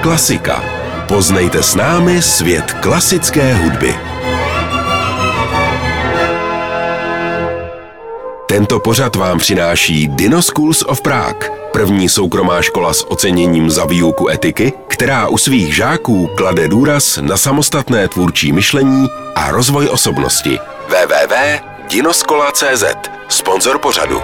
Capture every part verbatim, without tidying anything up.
Klasika. Poznejte s námi svět klasické hudby. Tento pořad vám přináší Dino Schools of Prague, první soukromá škola s oceněním za výuku etiky, která u svých žáků klade důraz na samostatné tvůrčí myšlení a rozvoj osobnosti. w w w tečka dinoskola tečka c z, sponzor pořadu.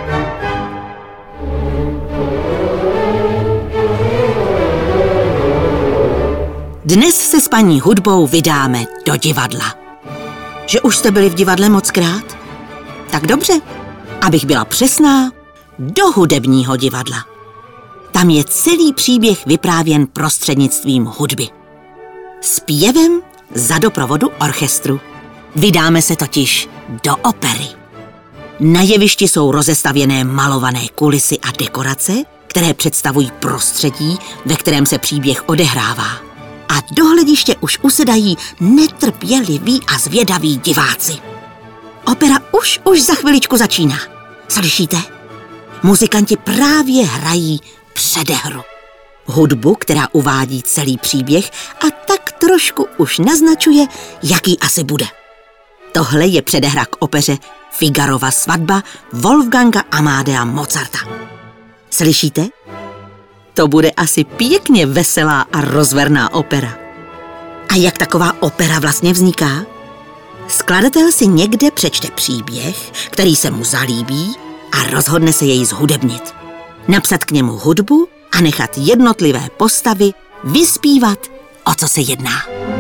Dnes se s paní hudbou vydáme do divadla. Že už jste byli v divadle mockrát? Tak dobře, abych byla přesná, do hudebního divadla. Tam je celý příběh vyprávěn prostřednictvím hudby. Zpěvem za doprovodu orchestru. Vydáme se totiž do opery. Na jevišti jsou rozestavěné malované kulisy a dekorace, které představují prostředí, ve kterém se příběh odehrává. A do hlediště už usedají netrpěliví a zvědaví diváci. Opera už, už za chviličku začíná. Slyšíte? Muzikanti právě hrají předehru. Hudbu, která uvádí celý příběh a tak trošku už naznačuje, jaký asi bude. Tohle je předehra k opeře Figarova svatba Wolfganga Amadea Mozarta. Slyšíte? To bude asi pěkně veselá a rozverná opera. A jak taková opera vlastně vzniká? Skladatel si někde přečte příběh, který se mu zalíbí a rozhodne se jej zhudebnit. Napsat k němu hudbu a nechat jednotlivé postavy vyspívat, o co se jedná.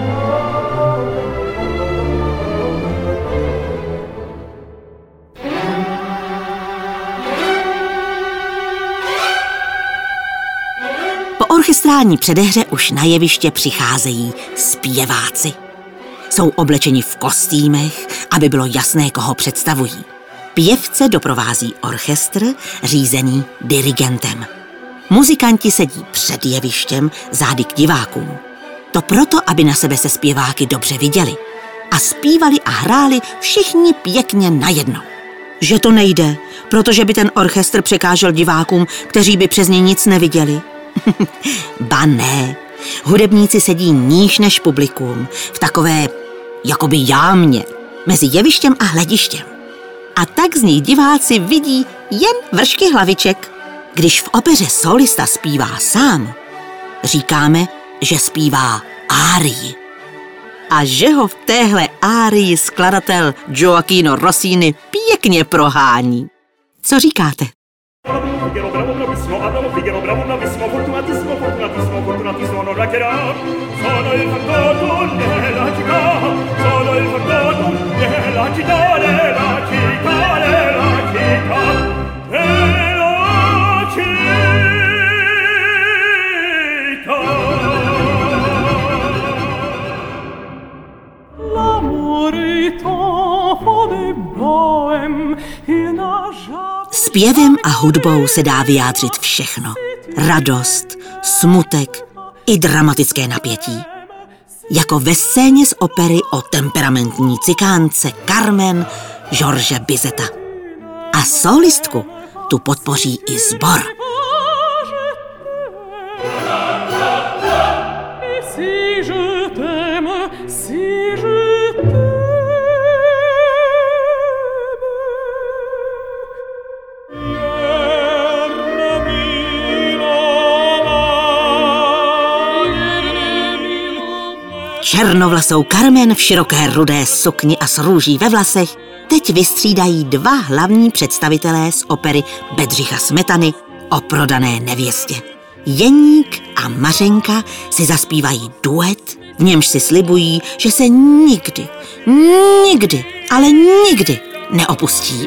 Po orchestrální předehře už na jeviště přicházejí zpěváci. Jsou oblečeni v kostýmech, aby bylo jasné, koho představují. Pěvce doprovází orchestr, řízený dirigentem. Muzikanti sedí před jevištěm zády k divákům. To proto, aby na sebe se zpěváky dobře viděli. A zpívali a hráli všichni pěkně najednou. Že to nejde, protože by ten orchestr překážel divákům, kteří by přes něj nic neviděli. Ba ne, hudebníci sedí níž než publikum, v takové jakoby jámě, mezi jevištěm a hledištěm. A tak z nich diváci vidí jen vršky hlaviček. Když v opeře solista zpívá sám, říkáme, že zpívá árii. A že ho v téhle árii skladatel Gioachino Rossini pěkně prohání. Co říkáte? Zpěvem a hudbou se dá vyjádřit všechno. Radost, smutek i dramatické napětí. Jako ve scéně z opery o temperamentní cikánce Carmen George Bizeta. A solistku tu podpoří i sbor. Černovlasou Carmen v široké rudé sukni a s růží ve vlasech teď vystřídají dva hlavní představitelé z opery Bedřicha Smetany o prodané nevěstě. Jeník a Mařenka si zaspívají duet, v němž si slibují, že se nikdy, nikdy, ale nikdy neopustí.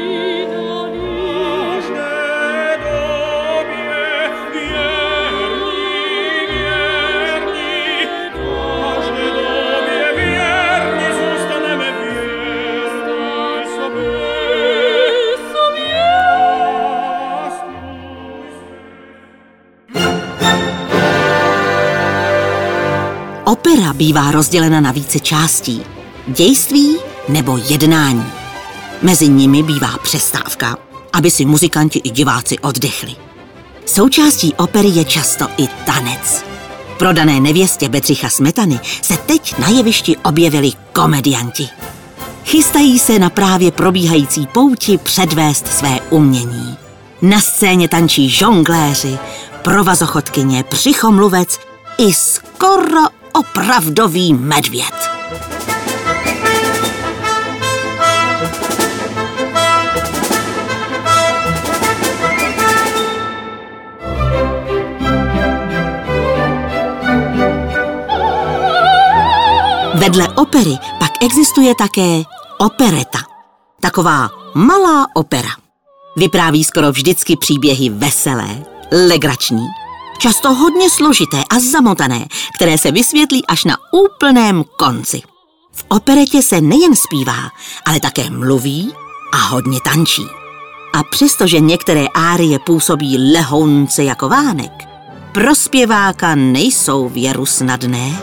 Opera bývá rozdělena na více částí. Dějství nebo jednání. Mezi nimi bývá přestávka, aby si muzikanti i diváci oddechli. Součástí opery je často i tanec. prodané nevěstě Bedřicha Smetany se teď na jevišti objevili komedianti. Chystají se na právě probíhající pouti předvést své umění. Na scéně tančí žongléři, provazochodkyně, břichomluvec i skoro opravdový medvěd. Vedle opery pak existuje také opereta. Taková malá opera. Vypráví skoro vždycky příběhy veselé, legrační, často hodně složité a zamotané, které se vysvětlí až na úplném konci. V operetě se nejen zpívá, ale také mluví a hodně tančí. A přestože některé árie působí lehounce jako vánek, pro zpěváka nejsou věru snadné.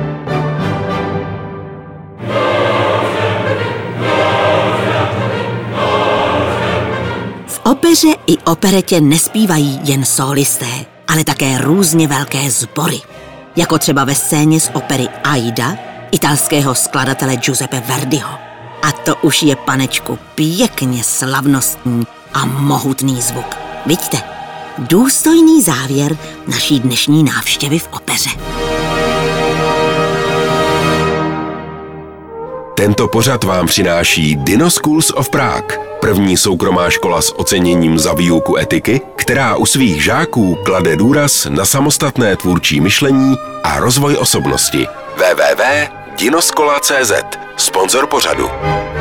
V opeře i operetě nespívají jen sólisté, ale také různě velké sbory. Jako třeba ve scéně z opery Aida italského skladatele Giuseppe Verdiho. A to už je, panečku, pěkně slavnostní a mohutný zvuk. Vidíte, důstojný závěr naší dnešní návštěvy v opeře. Tento pořad vám přináší Dino Schools of Prague, první soukromá škola s oceněním za výuku etiky, která u svých žáků klade důraz na samostatné tvůrčí myšlení a rozvoj osobnosti. w w w tečka dinoskola tečka cz, sponzor pořadu.